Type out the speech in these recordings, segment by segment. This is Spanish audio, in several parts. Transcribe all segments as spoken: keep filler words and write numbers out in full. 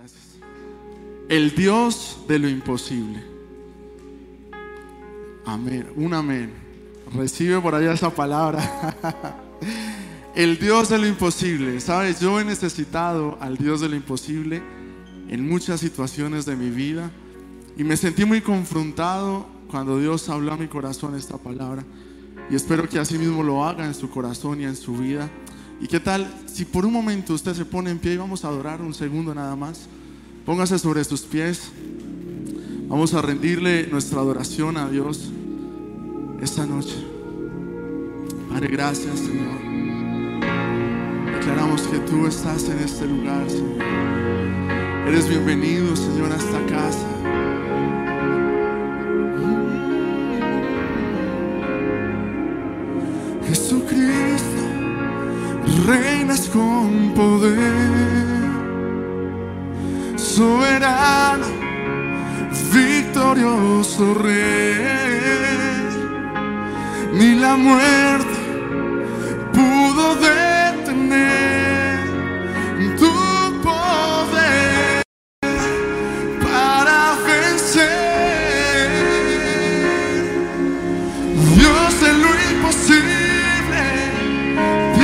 Gracias. El Dios de lo imposible. Amén, un amén. Recibe por allá esa palabra. El Dios de lo imposible. Sabes, yo he necesitado al Dios de lo imposible en muchas situaciones de mi vida y me sentí muy confrontado cuando Dios habló a mi corazón esta palabra, y espero que así mismo lo haga en su corazón y en su vida. ¿Y qué tal si por un momento usted se pone en pie y vamos a adorar un segundo nada más? Póngase sobre sus pies. Vamos a rendirle nuestra adoración a Dios esta noche. Padre, gracias, Señor. Declaramos que tú estás en este lugar, Señor. Eres bienvenido, Señor, a esta casa. Jesucristo, reinas con poder, soberano, victorioso Rey. Ni la muerte pudo detener tu poder para vencer. Dios de lo imposible, te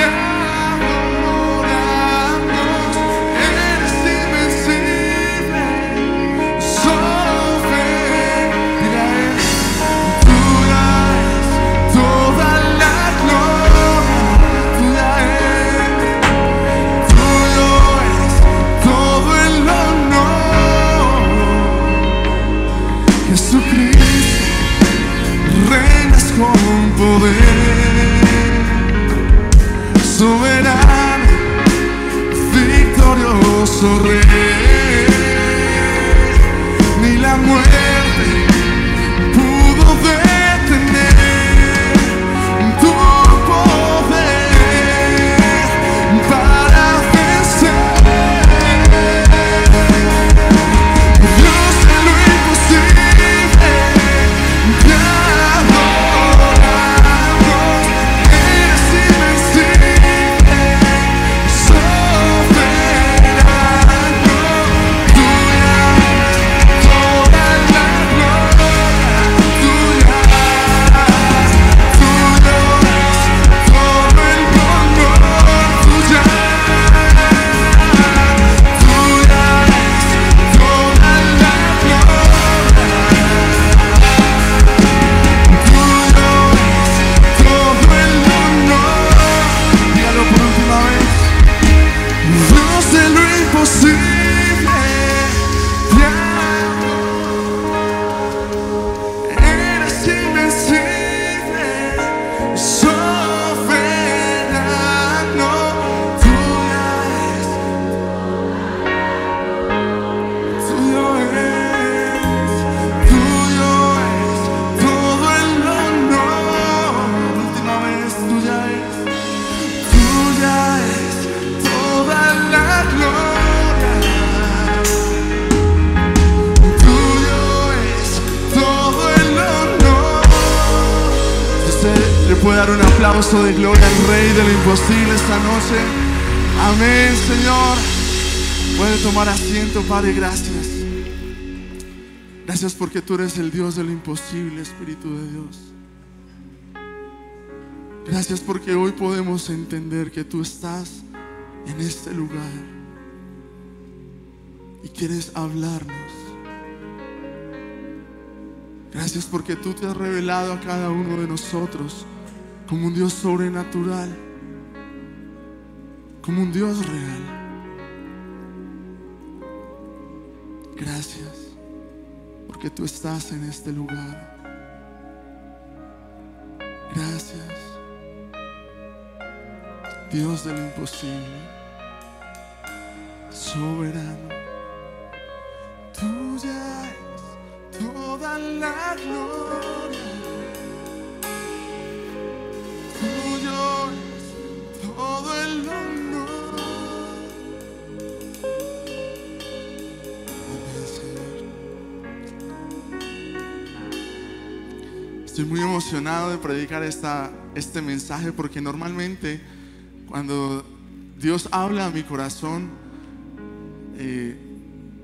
adoramos. Eres invencible, soberana. Tuya es toda la gloria, tuya es, tuyo es todo el honor. Jesucristo, reinas con poder, soberano, victorioso Rey. Ni la muerte pudo detener tu poder para vencer. Dios de lo imposible, te adoramos. Eres invencible, soberano. Tuya es toda la gloria, tuya, tuyo es todo el honor, tuya, tuya es toda la gloria, tuyo es todo el honor. Dígalo por última vez. Dios de lo imposible, te adoro. Eres invencible, soberano. Tuya es, tuyo es, tuyo es todo el honor. Última vez, tuya es, tuya es toda la gloria. Tuyo es todo el honor. Usted le puede dar un aplauso de gloria al Rey de lo imposible esta noche. Amén, Señor. Puede tomar asiento, Padre, gracias. Gracias porque tú eres el Dios de lo imposible, Espíritu de Dios. Gracias porque hoy podemos entender que tú estás en este lugar y quieres hablarnos. Gracias porque tú te has revelado a cada uno de nosotros como un Dios sobrenatural, como un Dios real. Gracias porque tú estás en este lugar. Gracias, Dios de lo imposible, soberano. Tuya es toda la gloria, tuyo es todo el honor. Amén, Señor. Estoy muy emocionado de predicar esta, este mensaje porque normalmente cuando Dios habla a mi corazón, eh,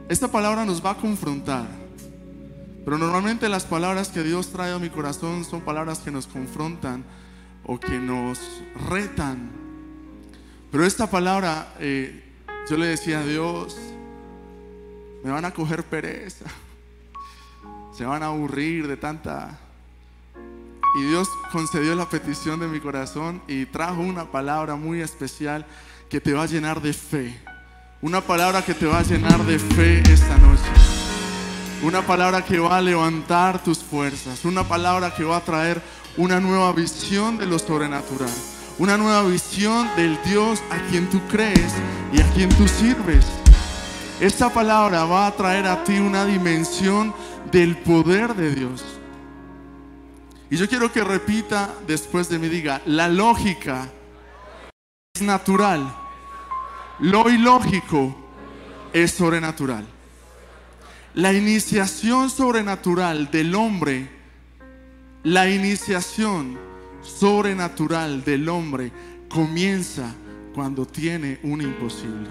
Esta palabra nos va a confrontar, pero normalmente las palabras que Dios trae a mi corazón son palabras que nos confrontan o que nos retan. Pero esta palabra, eh, yo le decía a Dios, me van a coger pereza, se van a aburrir de tanta... Y Dios concedió la petición de mi corazón y trajo una palabra muy especial que te va a llenar de fe. Una palabra que te va a llenar de fe esta noche. Una palabra que va a levantar tus fuerzas. Una palabra que va a traer una nueva visión de lo sobrenatural. Una nueva visión del Dios a quien tú crees y a quien tú sirves. Esta palabra va a traer a ti una dimensión del poder de Dios. Y yo quiero que repita después de mí, diga: la lógica es natural, lo ilógico es sobrenatural. La iniciación sobrenatural del hombre, la iniciación sobrenatural del hombre comienza cuando tiene un imposible.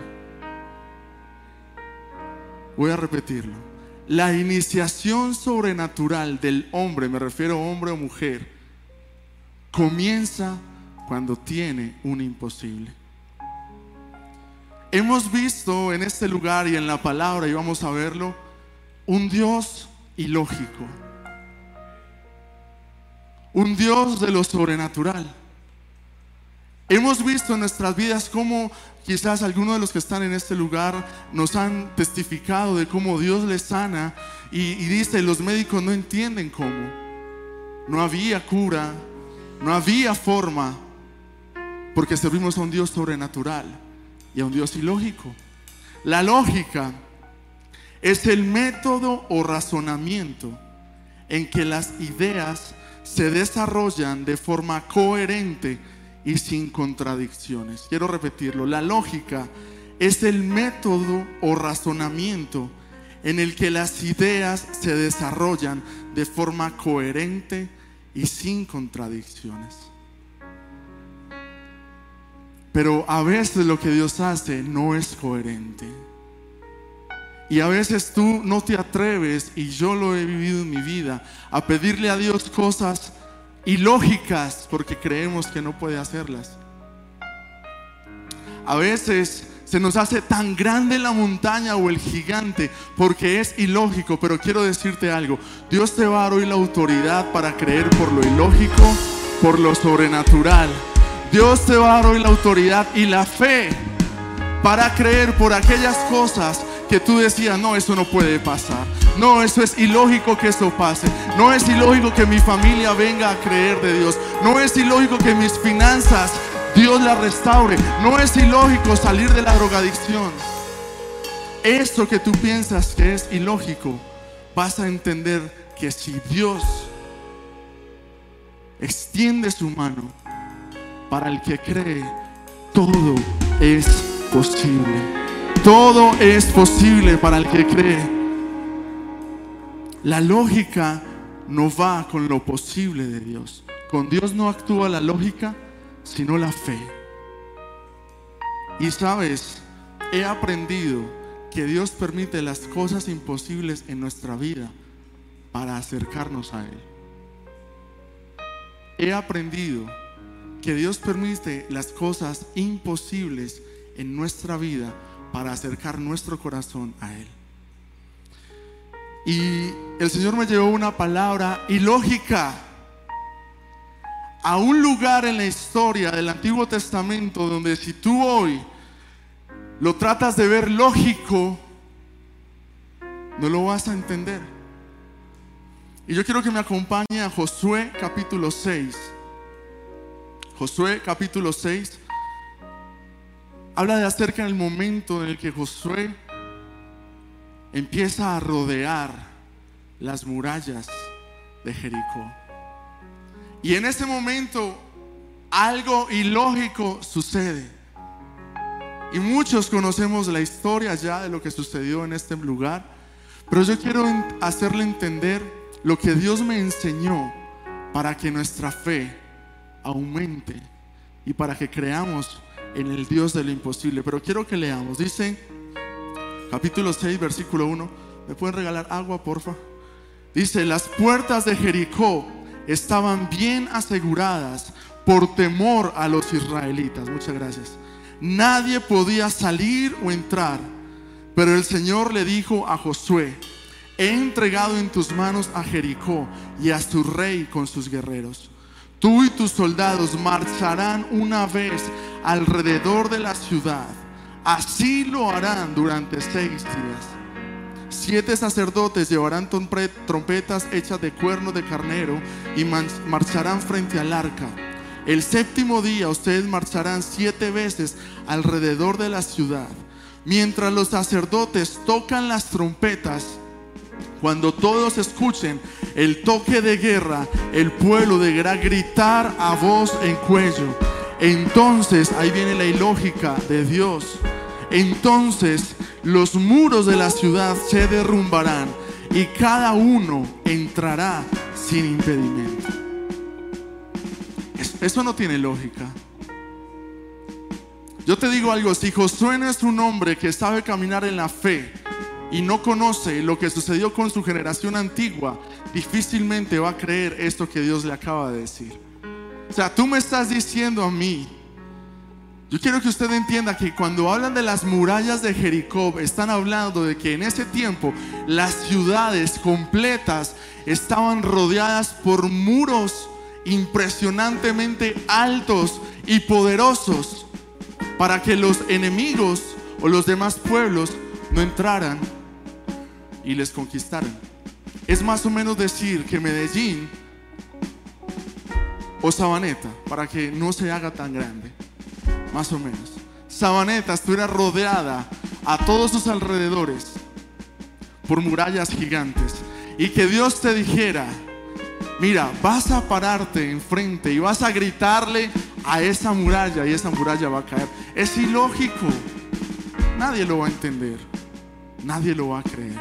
Voy a repetirlo. La iniciación sobrenatural del hombre, me refiero a hombre o mujer, comienza cuando tiene un imposible. Hemos visto en este lugar y en la palabra, y vamos a verlo, un Dios ilógico, un Dios de lo sobrenatural. Hemos visto en nuestras vidas cómo quizás algunos de los que están en este lugar nos han testificado de cómo Dios les sana y, y dice, los médicos no entienden cómo. No había cura, no había forma, porque servimos a un Dios sobrenatural y a un Dios ilógico. La lógica es el método o razonamiento en que las ideas se desarrollan de forma coherente y sin contradicciones. Quiero repetirlo. La lógica es el método o razonamiento en el que las ideas se desarrollan de forma coherente y sin contradicciones. Pero a veces lo que Dios hace no es coherente. Y a veces tú no te atreves, y yo lo he vivido en mi vida, a pedirle a Dios cosas ilógicas porque creemos que no puede hacerlas. A veces se nos hace tan grande la montaña o el gigante porque es ilógico, pero quiero decirte algo: Dios te va a dar hoy la autoridad para creer por lo ilógico, por lo sobrenatural. Dios te va a dar hoy la autoridad y la fe para creer por aquellas cosas que tú decías, no, eso no puede pasar. No, eso es ilógico que eso pase. No es ilógico que mi familia venga a creer de Dios. No es ilógico que mis finanzas Dios las restaure. No es ilógico salir de la drogadicción. Eso que tú piensas que es ilógico, vas a entender que si Dios extiende su mano para el que cree, todo es posible. Todo es posible para el que cree. La lógica no va con lo posible de Dios. Con Dios no actúa la lógica, sino la fe. Y sabes, he aprendido que Dios permite las cosas imposibles en nuestra vida para acercarnos a Él. He aprendido que Dios permite las cosas imposibles en nuestra vida para acercar nuestro corazón a Él. Y el Señor me llevó una palabra ilógica a un lugar en la historia del Antiguo Testamento donde si tú hoy lo tratas de ver lógico, no lo vas a entender. Y yo quiero que me acompañe a Josué capítulo seis. Josué capítulo seis habla de acerca del momento en el que Josué empieza a rodear las murallas de Jericó. Y en ese momento algo ilógico sucede. Y muchos conocemos la historia ya de lo que sucedió en este lugar. Pero yo quiero hacerle entender lo que Dios me enseñó para que nuestra fe aumente y para que creamos en el Dios de lo imposible. Pero quiero que leamos. Dice capítulo seis, versículo uno. ¿Me pueden regalar agua, porfa? Dice: las puertas de Jericó estaban bien aseguradas por temor a los israelitas. Muchas gracias. Nadie podía salir o entrar, pero el Señor le dijo a Josué: he entregado en tus manos a Jericó y a su rey con sus guerreros. Tú y tus soldados marcharán una vez alrededor de la ciudad. Así lo harán durante seis días. Siete sacerdotes llevarán trompetas hechas de cuernos de carnero y marcharán frente al arca. El séptimo día ustedes marcharán siete veces alrededor de la ciudad. Mientras los sacerdotes tocan las trompetas, cuando todos escuchen el toque de guerra, el pueblo deberá gritar a voz en cuello. Entonces, ahí viene la ilógica de Dios. Entonces los muros de la ciudad se derrumbarán y cada uno entrará sin impedimento. Eso no tiene lógica. Yo te digo algo: si Josué no es un hombre que sabe caminar en la fe y no conoce lo que sucedió con su generación antigua, difícilmente va a creer esto que Dios le acaba de decir. O sea, tú me estás diciendo a mí, yo quiero que usted entienda que cuando hablan de las murallas de Jericó, están hablando de que en ese tiempo las ciudades completas estaban rodeadas por muros impresionantemente altos y poderosos para que los enemigos o los demás pueblos no entraran y les conquistaran. Es más o menos decir que Medellín o Sabaneta, para que no se haga tan grande, más o menos, Sabaneta estuviera rodeada a todos sus alrededores por murallas gigantes, y que Dios te dijera: mira, vas a pararte enfrente y vas a gritarle a esa muralla y esa muralla va a caer. Es ilógico. Nadie lo va a entender, nadie lo va a creer.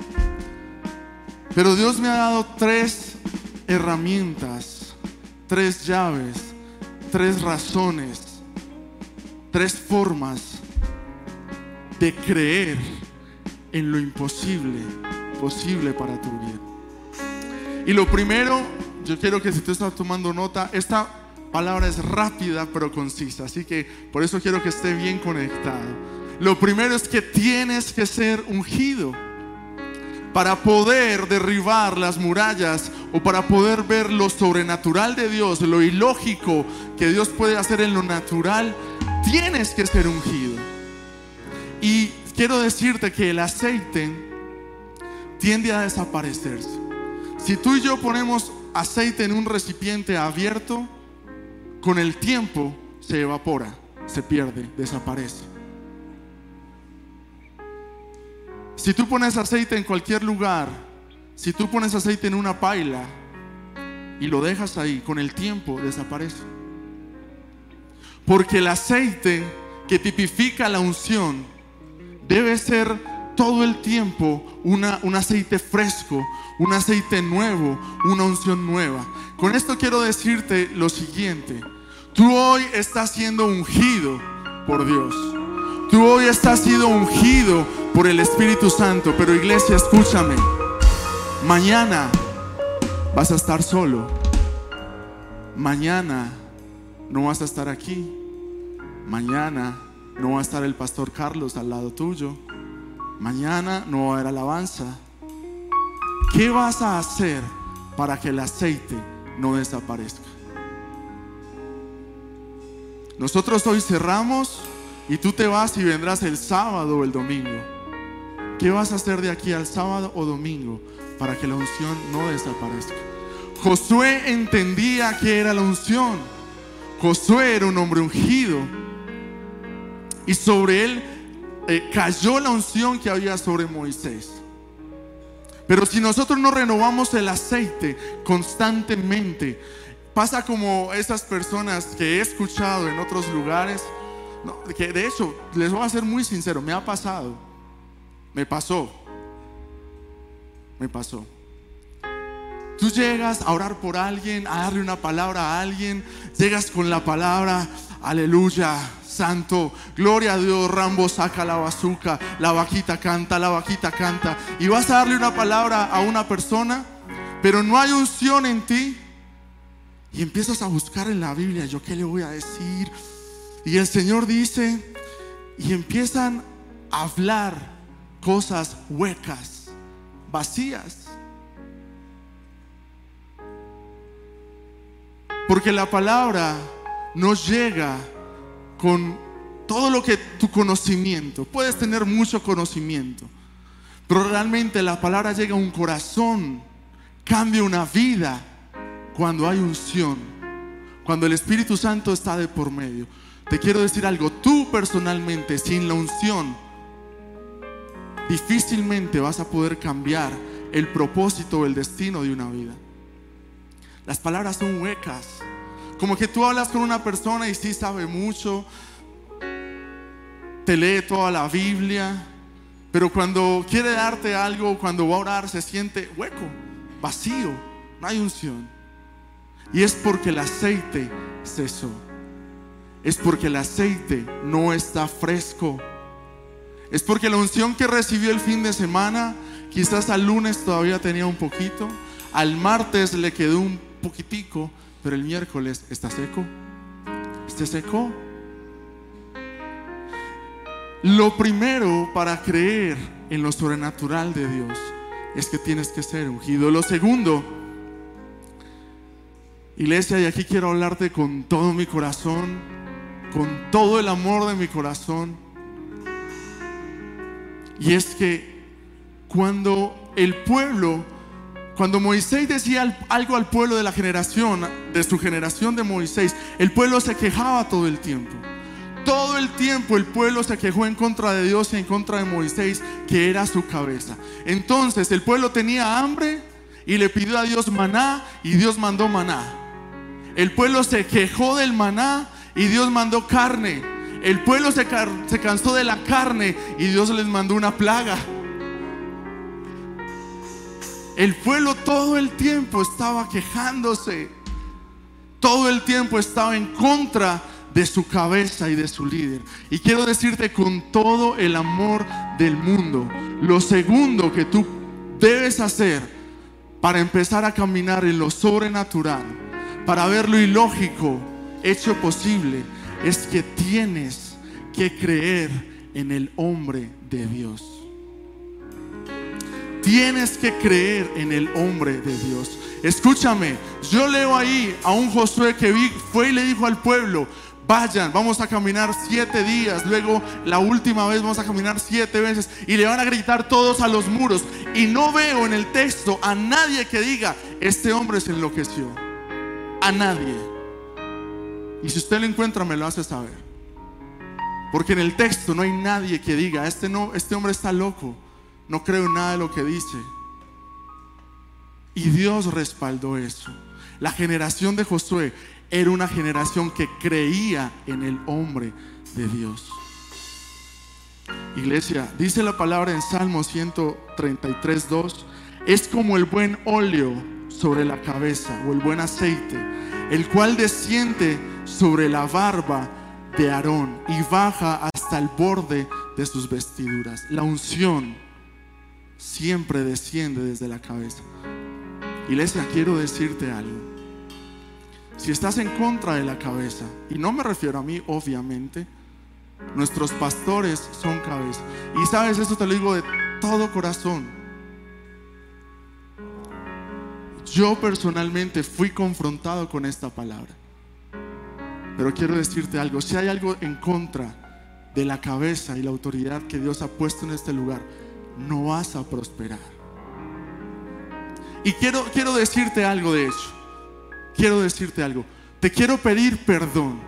Pero Dios me ha dado tres herramientas, tres llaves, tres razones, tres formas de creer en lo imposible, posible para tu vida. Y lo primero, yo quiero que si tú estás tomando nota, esta palabra es rápida pero concisa, así que por eso quiero que esté bien conectado. Lo primero es que tienes que ser ungido para poder derribar las murallas o para poder ver lo sobrenatural de Dios, lo ilógico que Dios puede hacer en lo natural. Tienes que ser ungido. Y quiero decirte que el aceite tiende a desaparecerse. Si tú y yo ponemos aceite en un recipiente abierto, con el tiempo se evapora, se pierde, desaparece. Si tú pones aceite en cualquier lugar, si tú pones aceite en una paila y lo dejas ahí, con el tiempo desaparece. Porque el aceite que tipifica la unción debe ser todo el tiempo una, un aceite fresco, un aceite nuevo, una unción nueva. Con esto quiero decirte lo siguiente: tú hoy estás siendo ungido por Dios. Tú hoy estás siendo ungido por el Espíritu Santo. Pero iglesia, escúchame, mañana vas a estar solo. Mañana no vas a estar aquí. Mañana no va a estar el pastor Carlos al lado tuyo. Mañana no va a haber alabanza. ¿Qué vas a hacer para que el aceite no desaparezca? Nosotros hoy cerramos y tú te vas y vendrás el sábado o el domingo. ¿Qué vas a hacer de aquí al sábado o domingo para que la unción no desaparezca? Josué entendía que era la unción. Josué era un hombre ungido y sobre él eh, cayó la unción que había sobre Moisés. Pero si nosotros no renovamos el aceite constantemente, pasa como esas personas que he escuchado en otros lugares, no, que de hecho, les voy a ser muy sincero, me ha pasado, me pasó, me pasó. Tú llegas a orar por alguien, a darle una palabra a alguien, llegas con la palabra, aleluya, santo, gloria a Dios, Rambo saca la bazuca, la vaquita canta, la vaquita canta. Y vas a darle una palabra a una persona, pero no hay unción en ti. Y empiezas a buscar en la Biblia, ¿yo qué le voy a decir? Y el Señor dice, y empiezan a hablar cosas huecas, vacías. Porque la palabra no llega con todo lo que tu conocimiento. Puedes tener mucho conocimiento, pero realmente la palabra llega a un corazón, cambia una vida cuando hay unción, cuando el Espíritu Santo está de por medio. Te quiero decir algo, tú personalmente, sin la unción, difícilmente vas a poder cambiar el propósito o el destino de una vida. Las palabras son huecas. Como que tú hablas con una persona y sí sabe mucho, te lee toda la Biblia, pero cuando quiere darte algo, cuando va a orar, se siente hueco, vacío, no hay unción. Y es porque el aceite cesó. Es porque el aceite no está fresco. Es porque la unción que recibió el fin de semana, quizás al lunes todavía tenía un poquito, al martes le quedó un poquitico, pero el miércoles está seco. ¿Está seco? Lo primero para creer en lo sobrenatural de Dios es que tienes que ser ungido. Lo segundo, iglesia, y aquí quiero hablarte con todo mi corazón, con todo el amor de mi corazón, y es que cuando el pueblo, cuando Moisés decía algo al pueblo de la generación, de su generación de Moisés, el pueblo se quejaba todo el tiempo. Todo el tiempo el pueblo se quejó en contra de Dios y en contra de Moisés, que era su cabeza. Entonces el pueblo tenía hambre y le pidió a Dios maná, y Dios mandó maná. El pueblo se quejó del maná y Dios mandó carne. El pueblo se, se cansó de la carne y Dios les mandó una plaga. El pueblo todo el tiempo estaba quejándose. Todo el tiempo estaba en contra de su cabeza y de su líder. Y quiero decirte con todo el amor del mundo, lo segundo que tú debes hacer para empezar a caminar en lo sobrenatural, para ver lo ilógico hecho posible, es que tienes que creer en el hombre de Dios. Tienes que creer en el hombre de Dios. Escúchame, yo leo ahí a un Josué que vi, fue y le dijo al pueblo: vayan, vamos a caminar siete días. Luego la última vez vamos a caminar siete veces, y le van a gritar todos a los muros. Y no veo en el texto a nadie que diga: este hombre se enloqueció. A nadie. Y si usted lo encuentra, me lo hace saber, porque en el texto no hay nadie que diga: este, no, este hombre está loco, no creo en nada de lo que dice. Y Dios respaldó eso. La generación de Josué era una generación que creía en el hombre de Dios. Iglesia, dice la palabra en Salmo ciento treinta y tres, dos: es como el buen óleo sobre la cabeza, o el buen aceite, el cual desciende sobre la barba de Aarón y baja hasta el borde de sus vestiduras. La unción siempre desciende desde la cabeza. Iglesia, quiero decirte algo. Si estás en contra de la cabeza, y no me refiero a mí, obviamente, nuestros pastores son cabeza. Y sabes, esto te lo digo de todo corazón. Yo personalmente fui confrontado con esta palabra. Pero quiero decirte algo: si hay algo en contra de la cabeza y la autoridad que Dios ha puesto en este lugar, no vas a prosperar. Y quiero, quiero decirte algo de hecho. Quiero decirte algo. Te quiero pedir perdón.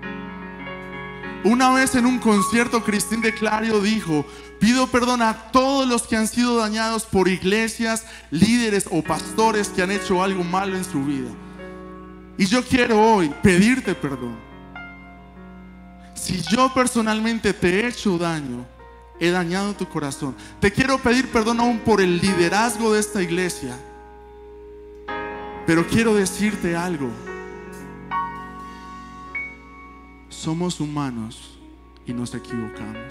Una vez en un concierto, Cristín de Clario dijo: pido perdón a todos los que han sido dañados por iglesias, líderes o pastores que han hecho algo malo en su vida. Y yo quiero hoy pedirte perdón. Si yo personalmente te he hecho daño, he dañado tu corazón, te quiero pedir perdón aún por el liderazgo de esta iglesia. Pero quiero decirte algo: somos humanos y nos equivocamos.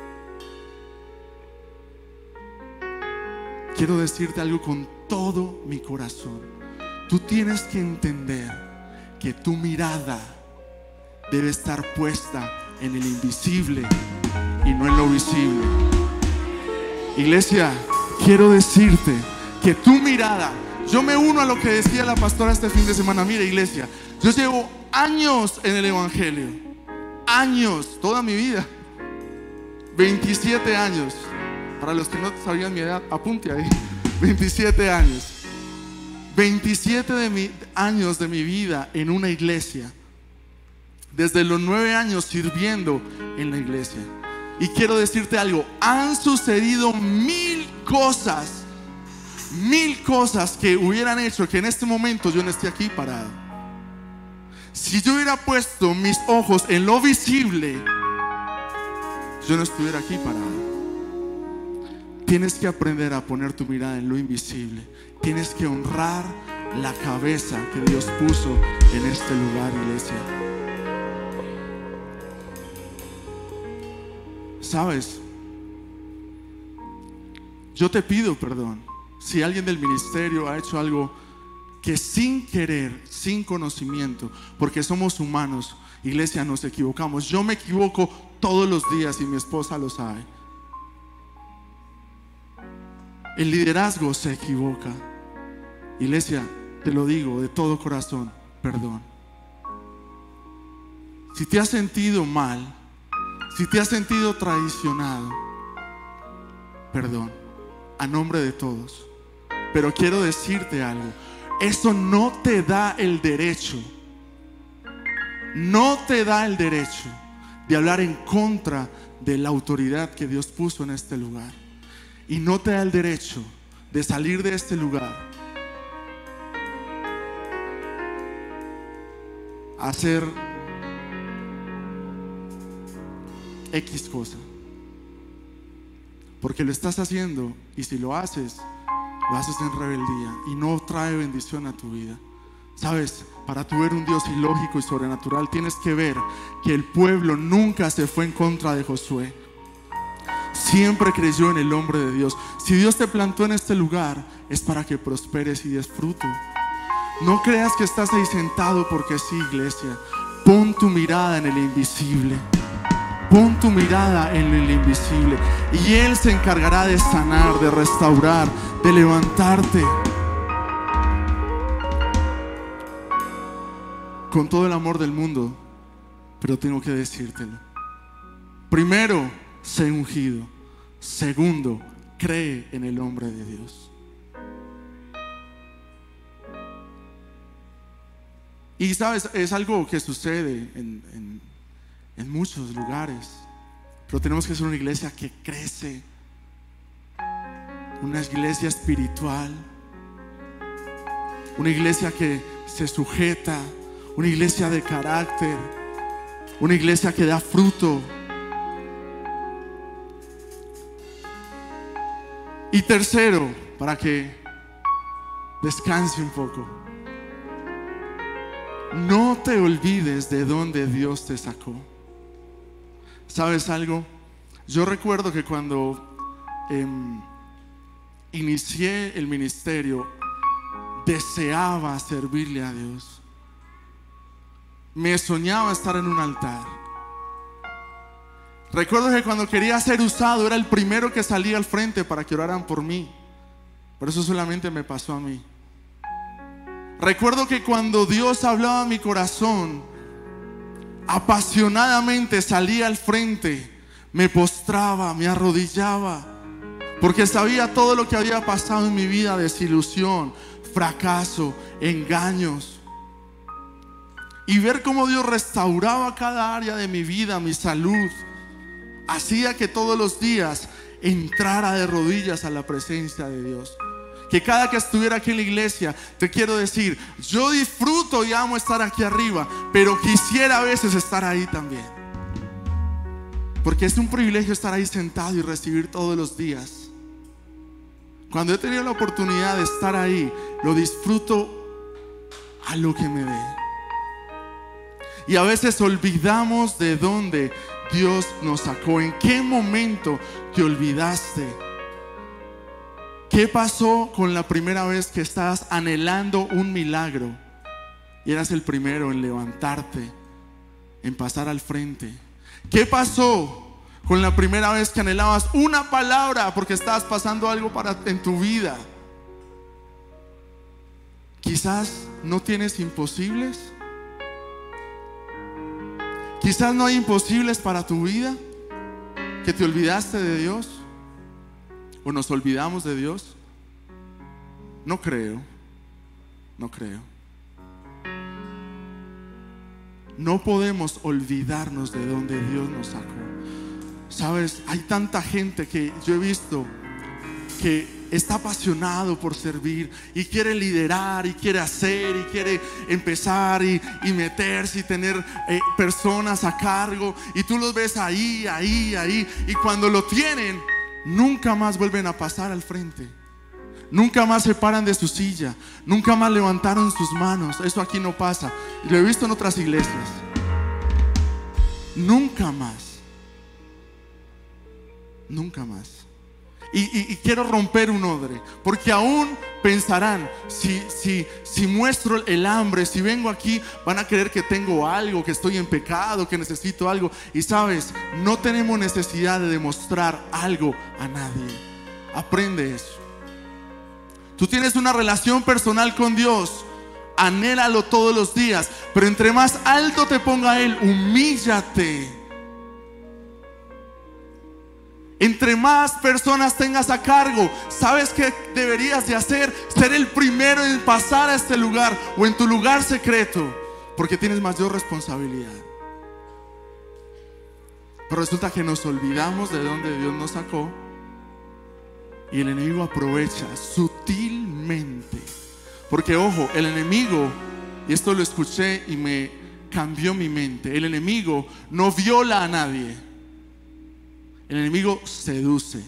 Quiero decirte algo con todo mi corazón. Tú tienes que entender que tu mirada debe estar puesta en el invisible y no en lo visible. Iglesia, quiero decirte que tu mirada, yo me uno a lo que decía la pastora este fin de semana. Mira, iglesia, yo llevo años en el evangelio, años, toda mi vida, veintisiete años. Para los que no sabían mi edad, apunte ahí. veintisiete años. veintisiete de mi, años de mi vida en una iglesia. Desde los nueve años sirviendo en la iglesia. Y quiero decirte algo. Han sucedido mil cosas. Mil cosas que hubieran hecho que en este momento yo no esté aquí parado. Si yo hubiera puesto mis ojos en lo visible, yo no estuviera aquí parado. Tienes que aprender a poner tu mirada en lo invisible. Tienes que honrar la cabeza que Dios puso en este lugar, iglesia. ¿Sabes? Yo te pido perdón si alguien del ministerio ha hecho algo que sin querer, sin conocimiento, porque somos humanos, iglesia, nos equivocamos. Yo me equivoco todos los días y mi esposa lo sabe. El liderazgo se equivoca. Iglesia, te lo digo de todo corazón, perdón. Si te has sentido mal, si te has sentido traicionado, perdón, a nombre de todos. Pero quiero decirte algo, eso no te da el derecho, no te da el derecho de hablar en contra de la autoridad que Dios puso en este lugar. Y no te da el derecho de salir de este lugar a hacer X cosa. Porque lo estás haciendo, y si lo haces, lo haces en rebeldía y no trae bendición a tu vida. Sabes, para tú ver un Dios ilógico y sobrenatural, tienes que ver que el pueblo nunca se fue en contra de Josué. Siempre creyó en el hombre de Dios. Si Dios te plantó en este lugar, es para que prosperes y des fruto. No creas que estás ahí sentado porque sí, iglesia. Pon tu mirada en el invisible. Pon tu mirada en el invisible. Y Él se encargará de sanar, de restaurar, de levantarte. Con todo el amor del mundo, pero tengo que decírtelo. Primero, sé ungido. Segundo, cree en el hombre de Dios. Y sabes, es algo que sucede en, en, en muchos lugares. Pero tenemos que ser una iglesia que crece, una iglesia espiritual, una iglesia que se sujeta, una iglesia de carácter, una iglesia que da fruto. Y tercero, para que descanse un poco, no te olvides de dónde Dios te sacó. ¿Sabes algo? Yo recuerdo que cuando eh, inicié el ministerio, deseaba servirle a Dios. Me soñaba estar en un altar. Recuerdo que cuando quería ser usado, era el primero que salía al frente para que oraran por mí. Pero eso solamente me pasó a mí. Recuerdo que cuando Dios hablaba a mi corazón, apasionadamente salía al frente, me postraba, me arrodillaba, porque sabía todo lo que había pasado en mi vida: desilusión, fracaso, engaños. Y ver cómo Dios restauraba cada área de mi vida, mi salud, hacía que todos los días entrara de rodillas a la presencia de Dios. Que cada que estuviera aquí en la iglesia, te quiero decir, yo disfruto y amo estar aquí arriba, pero quisiera a veces estar ahí también. Porque es un privilegio estar ahí sentado y recibir todos los días. Cuando he tenido la oportunidad de estar ahí, lo disfruto a lo que me dé. Y a veces olvidamos de dónde Dios nos sacó? ¿En qué momento te olvidaste? ¿Qué pasó con la primera vez que estabas anhelando un milagro y eras el primero en levantarte, en pasar al frente? ¿Qué pasó con la primera vez que anhelabas una palabra porque estabas pasando algo para, en tu vida? Quizás no tienes imposibles. Quizás no hay imposibles para tu vida, que te olvidaste de Dios o nos olvidamos de Dios. No creo, no creo. No podemos olvidarnos de donde Dios nos sacó. Sabes, hay tanta gente que yo he visto que está apasionado por servir y quiere liderar y quiere hacer y quiere empezar y, y meterse y tener eh, personas a cargo, y tú los ves ahí, ahí, ahí, y cuando lo tienen nunca más vuelven a pasar al frente, nunca más se paran de su silla, nunca más levantaron sus manos. Eso aquí no pasa, lo he visto en otras iglesias. Nunca más, nunca más. Y, y, y quiero romper un odre, porque aún pensarán, si, si, si muestro el hambre, si vengo aquí, van a creer que tengo algo, que estoy en pecado, que necesito algo. Y sabes, no tenemos necesidad de demostrar algo a nadie. Aprende eso. Tú tienes una relación personal con Dios, anhélalo todos los días, pero entre más alto te ponga Él, humíllate. Entre más personas tengas a cargo, ¿sabes qué deberías de hacer? Ser el primero en pasar a este lugar o en tu lugar secreto, porque tienes mayor responsabilidad. Pero resulta que nos olvidamos de dónde Dios nos sacó, y el enemigo aprovecha sutilmente. Porque ojo, el enemigo, y esto lo escuché y me cambió mi mente, el enemigo no viola a nadie. El enemigo seduce.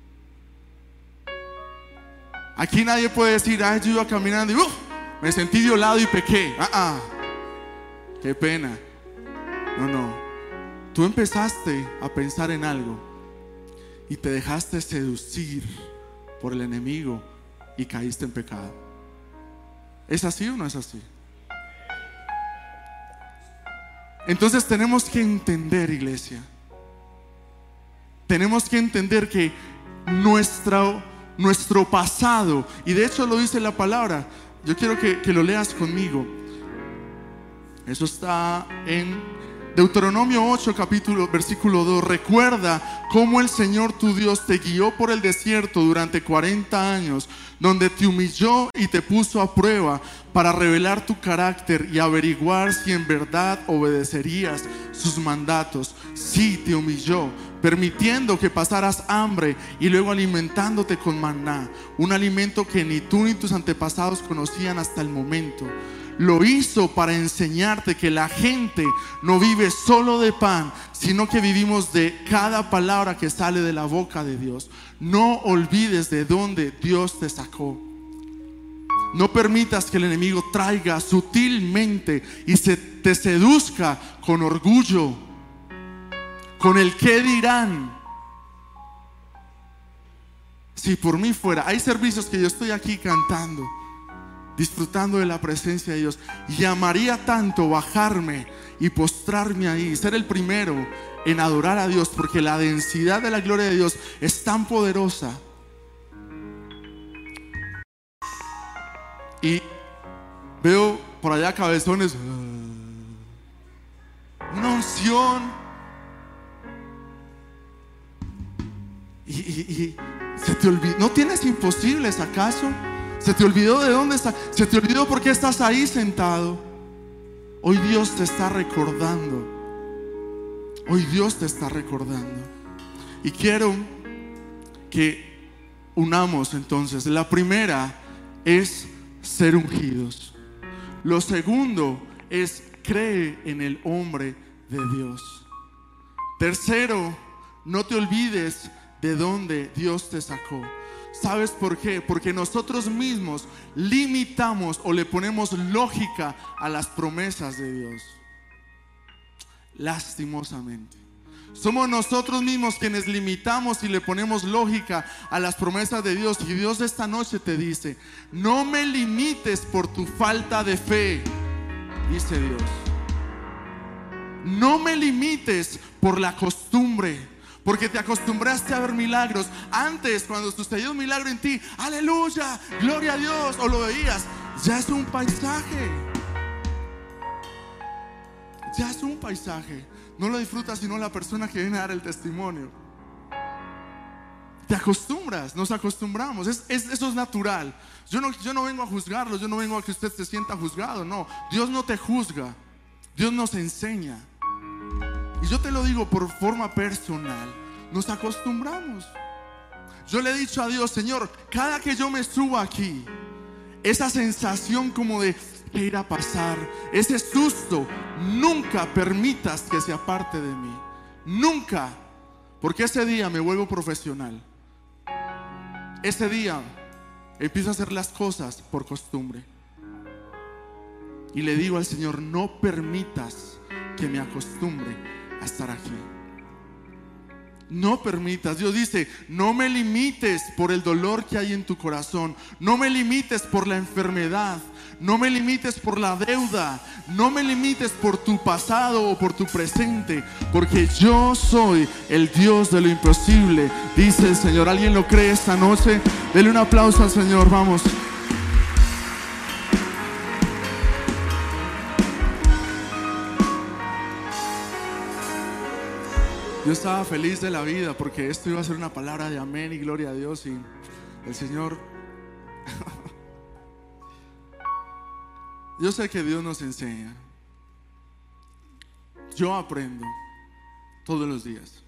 Aquí nadie puede decir, ay, yo iba caminando y ¡uf! Me sentí violado y pequé. Ah, ah, qué pena. No, no. Tú empezaste a pensar en algo y te dejaste seducir por el enemigo y caíste en pecado. ¿Es así o no es así? Entonces tenemos que entender, iglesia, tenemos que entender que nuestro, nuestro pasado, y de hecho lo dice la palabra, yo quiero que, que lo leas conmigo. Eso está en Deuteronomio ocho, capítulo, versículo dos. Recuerda cómo el Señor tu Dios te guió por el desierto durante cuarenta años, donde te humilló y te puso a prueba para revelar tu carácter y averiguar si en verdad obedecerías sus mandatos. Sí, te humilló, permitiendo que pasaras hambre y luego alimentándote con maná, un alimento que ni tú ni tus antepasados conocían hasta el momento. Lo hizo para enseñarte que la gente no vive solo de pan, sino que vivimos de cada palabra que sale de la boca de Dios. No olvides de dónde Dios te sacó. No permitas que el enemigo traiga sutilmente y se te seduzca con orgullo, con el qué dirán. Si por mí fuera, hay servicios que yo estoy aquí cantando, disfrutando de la presencia de Dios, y amaría tanto bajarme y postrarme ahí, ser el primero en adorar a Dios, porque la densidad de la gloria de Dios es tan poderosa. Y veo por allá cabezones, una unción, y, y, y se te olvidó. ¿No tienes imposibles acaso? ¿Se te olvidó de dónde estás? ¿Se te olvidó por qué estás ahí sentado? Hoy Dios te está recordando. Hoy Dios te está recordando. Y quiero que unamos entonces. La primera es ser ungidos. Lo segundo es cree en el hombre de Dios. Tercero, no te olvides de dónde Dios te sacó. ¿Sabes por qué? Porque nosotros mismos limitamos o le ponemos lógica a las promesas de Dios. Lastimosamente. Somos nosotros mismos quienes limitamos y le ponemos lógica a las promesas de Dios. Y Dios esta noche te dice: no me limites por tu falta de fe, dice Dios. No me limites por la costumbre, porque te acostumbraste a ver milagros. Antes, cuando sucedió un milagro en ti, aleluya, gloria a Dios, o lo veías, ya es un paisaje. Ya es un paisaje. No lo disfruta sino la persona que viene a dar el testimonio. Te acostumbras, nos acostumbramos. es, es, Eso es natural. Yo no, yo no vengo a juzgarlo, yo no vengo a que usted se sienta juzgado. No, Dios no te juzga, Dios nos enseña. Y yo te lo digo por forma personal, nos acostumbramos. Yo le he dicho a Dios: Señor, cada que yo me suba aquí, esa sensación como de ¿qué irá a pasar? Ese susto, nunca permitas que se aparte de mí. Nunca. Porque ese día me vuelvo profesional. Ese día empiezo a hacer las cosas por costumbre. Y le digo al Señor: no permitas que me acostumbre a estar aquí. No permitas. Dios dice: no me limites por el dolor que hay en tu corazón. No me limites por la enfermedad. No me limites por la deuda. No me limites por tu pasado o por tu presente, porque yo soy el Dios de lo imposible, dice el Señor. ¿Alguien lo cree esta noche? Dele un aplauso al Señor, vamos. Yo estaba feliz de la vida porque esto iba a ser una palabra de amén y gloria a Dios. Y el Señor yo sé que Dios nos enseña. Yo aprendo todos los días.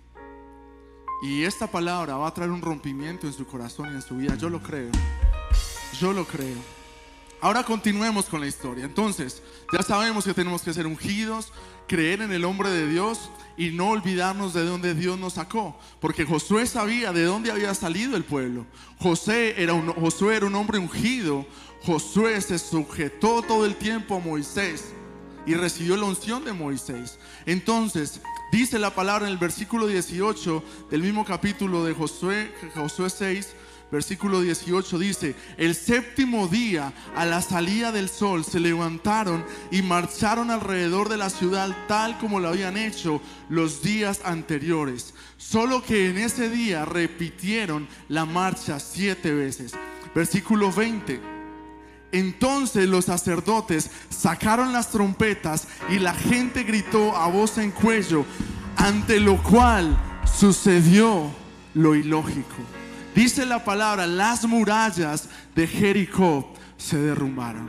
Y esta palabra va a traer un rompimiento en su corazón y en su vida. Yo lo creo. Yo lo creo. Ahora continuemos con la historia. Entonces, ya sabemos que tenemos que ser ungidos, creer en el hombre de Dios y no olvidarnos de dónde Dios nos sacó, porque Josué sabía de dónde había salido el pueblo. José era un, Josué era un hombre ungido. Josué se sujetó todo el tiempo a Moisés y recibió la unción de Moisés. Entonces dice la palabra en el versículo dieciocho del mismo capítulo de Josué, Josué seis, versículo dieciocho, dice: el séptimo día, a la salida del sol, se levantaron y marcharon alrededor de la ciudad tal como lo habían hecho los días anteriores, solo que en ese día repitieron la marcha siete veces. Versículo veinte: entonces los sacerdotes sacaron las trompetas y la gente gritó a voz en cuello, ante lo cual sucedió lo ilógico. Dice la palabra: las murallas de Jericó se derrumbaron.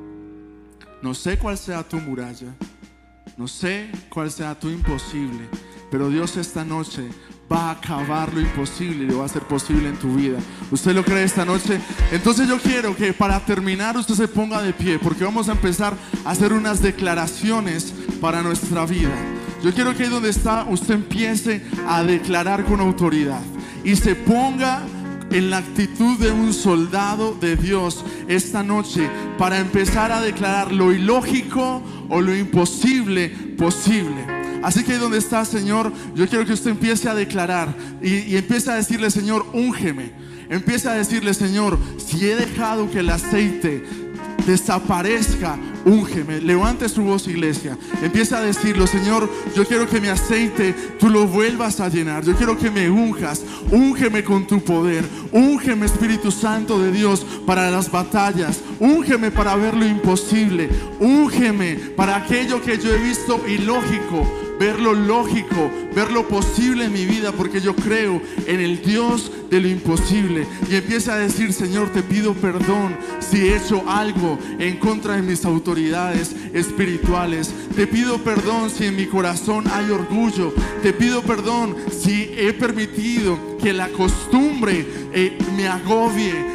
No sé cuál sea tu muralla, no sé cuál sea tu imposible, pero Dios esta noche va a acabar lo imposible y lo va a hacer posible en tu vida. ¿Usted lo cree esta noche? Entonces yo quiero que para terminar usted se ponga de pie, porque vamos a empezar a hacer unas declaraciones para nuestra vida. Yo quiero que ahí donde está usted empiece a declarar con autoridad y se ponga en la actitud de un soldado de Dios esta noche para empezar a declarar lo ilógico o lo imposible posible. Así que ahí donde está, Señor, yo quiero que usted empiece a declarar y, y empiece a decirle: Señor, úngeme. Empiece a decirle: Señor, si he dejado que el aceite desaparezca, úngeme. Levante su voz, iglesia. Empieza a decirlo: Señor, yo quiero que mi aceite tú lo vuelvas a llenar. Yo quiero que me unjas. Úngeme con tu poder. Úngeme, Espíritu Santo de Dios, para las batallas. Úngeme para ver lo imposible. Úngeme para aquello que yo he visto ilógico, ver lo lógico, ver lo posible en mi vida, porque yo creo en el Dios de lo imposible. Y empieza a decir: Señor, te pido perdón si he hecho algo en contra de mis autoridades espirituales. Te pido perdón si en mi corazón hay orgullo. Te pido perdón si he permitido que la costumbre eh, me agobie,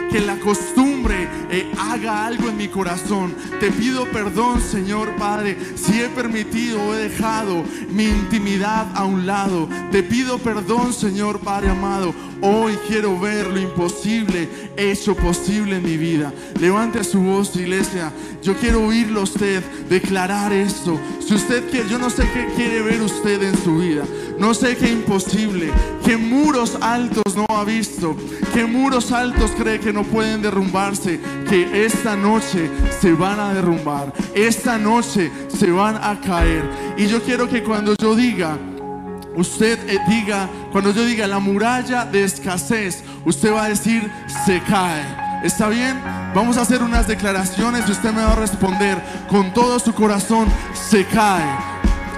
que la costumbre eh, haga algo en mi corazón. Te pido perdón, Señor Padre, si he permitido o he dejado mi intimidad a un lado. Te pido perdón, Señor Padre amado. Hoy quiero ver lo imposible hecho posible en mi vida. Levante su voz, iglesia. Yo quiero oírlo a usted declarar esto. Si usted quiere, yo no sé qué quiere ver usted en su vida. No sé qué imposible, qué muros altos no ha visto, qué muros altos cree que no pueden derrumbarse, que esta noche se van a derrumbar, esta noche se van a caer. Y yo quiero que cuando yo diga, usted eh, diga, cuando yo diga la muralla de escasez, usted va a decir se cae. ¿Está bien? Vamos a hacer unas declaraciones y usted me va a responder con todo su corazón: se cae.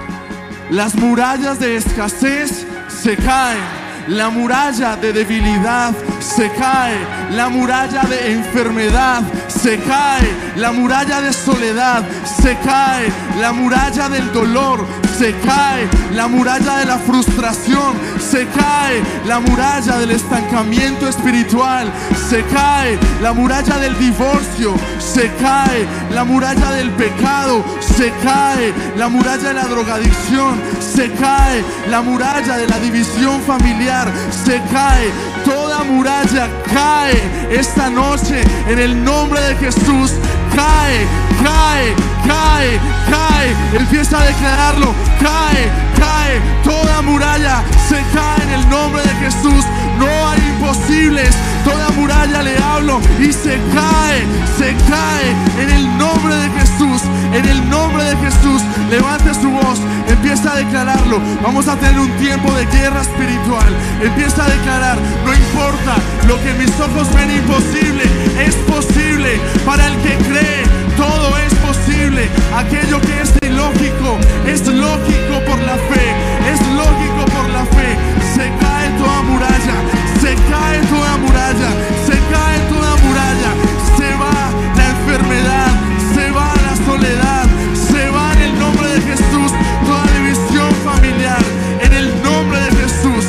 Las murallas de escasez se caen. La muralla de debilidad se cae. La muralla de enfermedad se cae. La muralla de soledad se cae. La muralla del dolor se cae. La muralla de la frustración se cae. La muralla del estancamiento espiritual se cae. La muralla del divorcio se cae. La muralla del pecado se cae. La muralla de la drogadicción se cae. La muralla de la división familiar se cae. Toda muralla cae esta noche en el nombre de Jesús. Cae, cae, cae, cae. Empieza a declararlo. Cae, cae. Toda muralla se cae en el nombre de Jesús. No hay imposibles. Toda muralla le hablo y se cae, se cae en el nombre de Jesús. En el nombre de Jesús, levante su voz, empieza a declararlo. Vamos a tener un tiempo de guerra espiritual. Empieza a declarar: no importa lo que mis ojos ven imposible, es posible para el que cree. Todo es posible. Aquello que es ilógico es lógico por la fe. Es lógico por la fe. Se cae toda muralla. Se cae toda muralla. Se cae toda muralla. Se va la enfermedad. Se va la soledad. Se va en el nombre de Jesús toda división familiar. En el nombre de Jesús.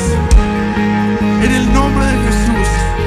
En el nombre de Jesús.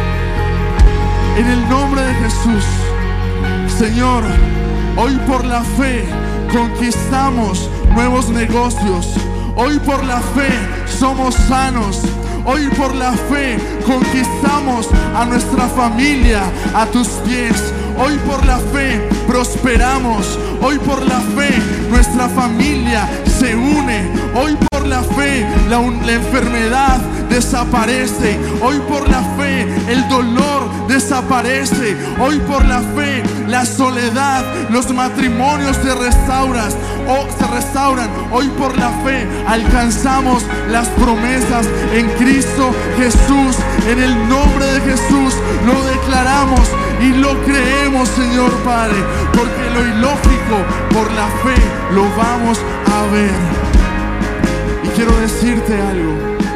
En el nombre de Jesús. Señor, hoy por la fe conquistamos nuevos negocios. Hoy por la fe somos sanos. Hoy por la fe conquistamos a nuestra familia a tus pies. Hoy por la fe prosperamos. Hoy por la fe nuestra familia se une. Hoy por la fe la, la enfermedad desaparece. Hoy por la fe el dolor desaparece. Hoy por la fe la soledad, los matrimonios se restauran, o se restauran. Hoy por la fe alcanzamos las promesas en Cristo Jesús. En el nombre de Jesús lo declaramos y lo creemos, Señor Padre, porque lo ilógico por la fe lo vamos a ver. Y quiero decirte algo.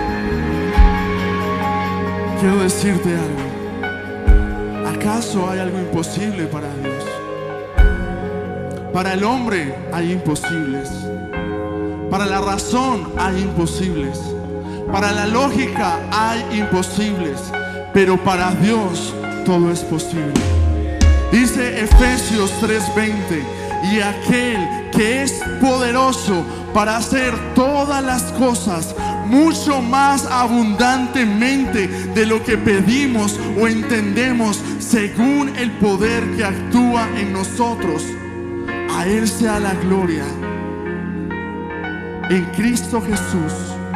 Quiero decirte algo. ¿Acaso hay algo imposible para Dios? Para el hombre hay imposibles. Para la razón hay imposibles. Para la lógica hay imposibles. Pero para Dios todo es posible. Dice Efesios tres veinte: y aquel que es poderoso para hacer todas las cosas mucho más abundantemente de lo que pedimos o entendemos, según el poder que actúa en nosotros. A Él sea la gloria en Cristo Jesús.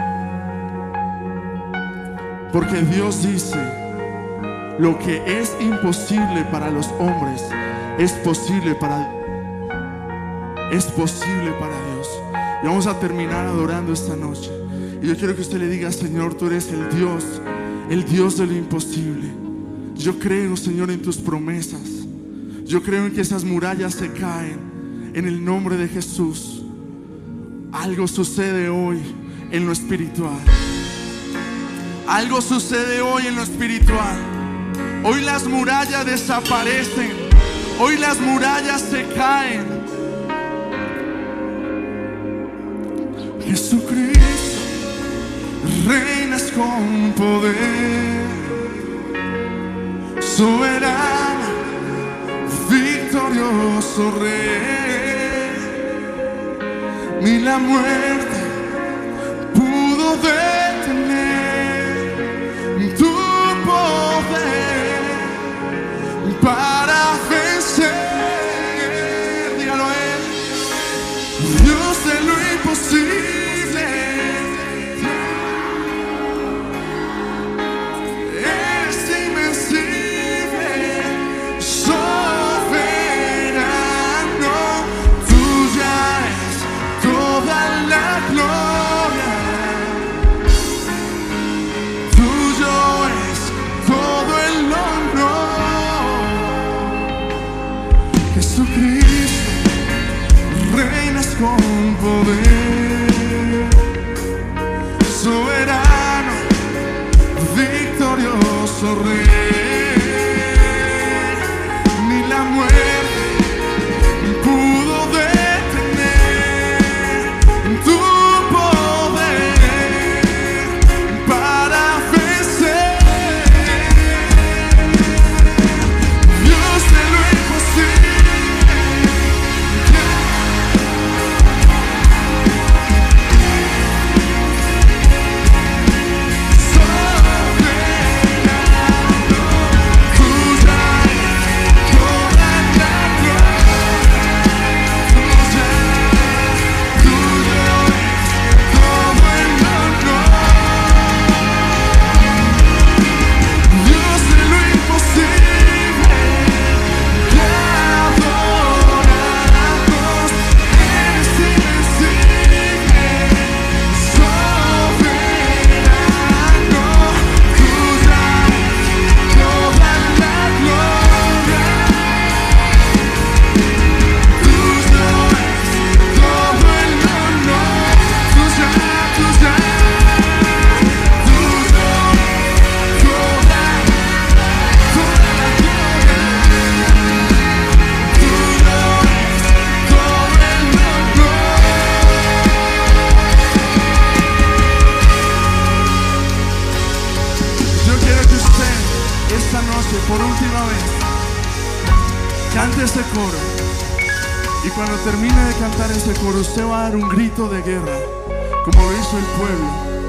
Porque Dios dice: lo que es imposible para los hombres es posible para es posible para Dios. Y vamos a terminar adorando esta noche. Y yo quiero que usted le diga: Señor, tú eres el Dios, el Dios de lo imposible. Yo creo, Señor, en tus promesas. Yo creo en que esas murallas se caen en el nombre de Jesús. Algo sucede hoy en lo espiritual. Algo sucede hoy en lo espiritual. Hoy las murallas desaparecen. Hoy las murallas se caen. Jesucristo, reinas con poder, soberano. victorioso Rey, ni la muerte pudo detener tu poder para vencer. Dígalo a él. Dios de lo imposible, es invencible, soberano. Tuya es toda la gloria, tuyo es todo el honor. Jesucristo, reinas con poder, soberano, victorioso Rey, ni la muerte pudo detener tu poder para vencer. Dios de lo imposible, por última vez, cante ese coro, y cuando termine de cantar ese coro, usted va a dar un grito de guerra, como lo hizo el pueblo,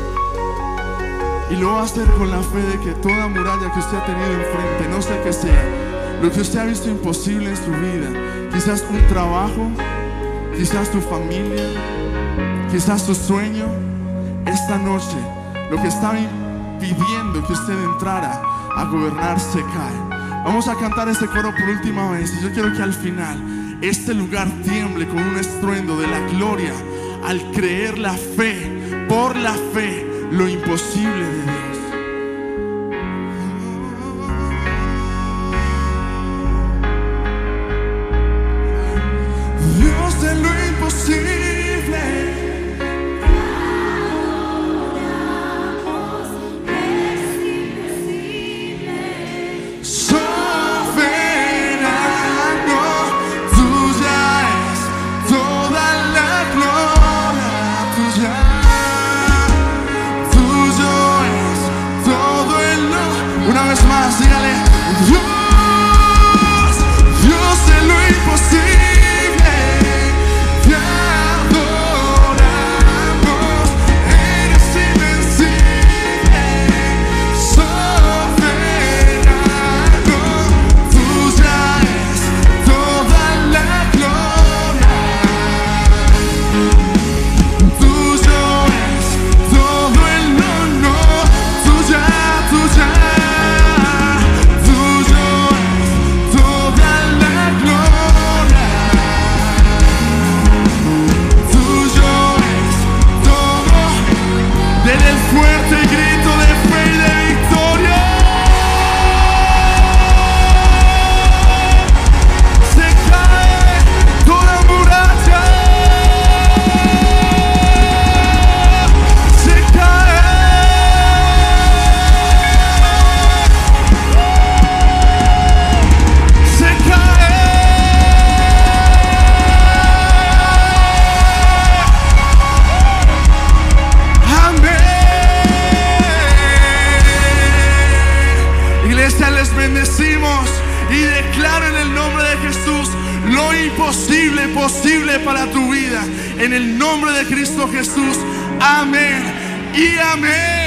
y lo va a hacer con la fe de que toda muralla que usted ha tenido enfrente, no sé qué sea, lo que usted ha visto imposible en su vida, quizás un trabajo, quizás tu familia, quizás tu sueño, esta noche, lo que estaba pidiendo que usted entrara a gobernar se cae. Vamos a cantar este coro por última vez, y yo quiero que al final este lugar tiemble con un estruendo de la gloria al creer la fe, por la fe, lo imposible de Dios. Dios de lo imposible, más, dígale, Dios, Dios de lo imposible, te adoramos, eres invencible, soberano, tuya es toda la gloria, tuyo es todo el honor, tuya, tuya. Fuerte grito de fe y de victoria. Se cae toda muralla. Se cae. Se cae. Amén. Iglesia, les bendecimos y declaro en el nombre de Jesús lo imposible posible para tu vida. En el nombre de Cristo Jesús. Amén y amén.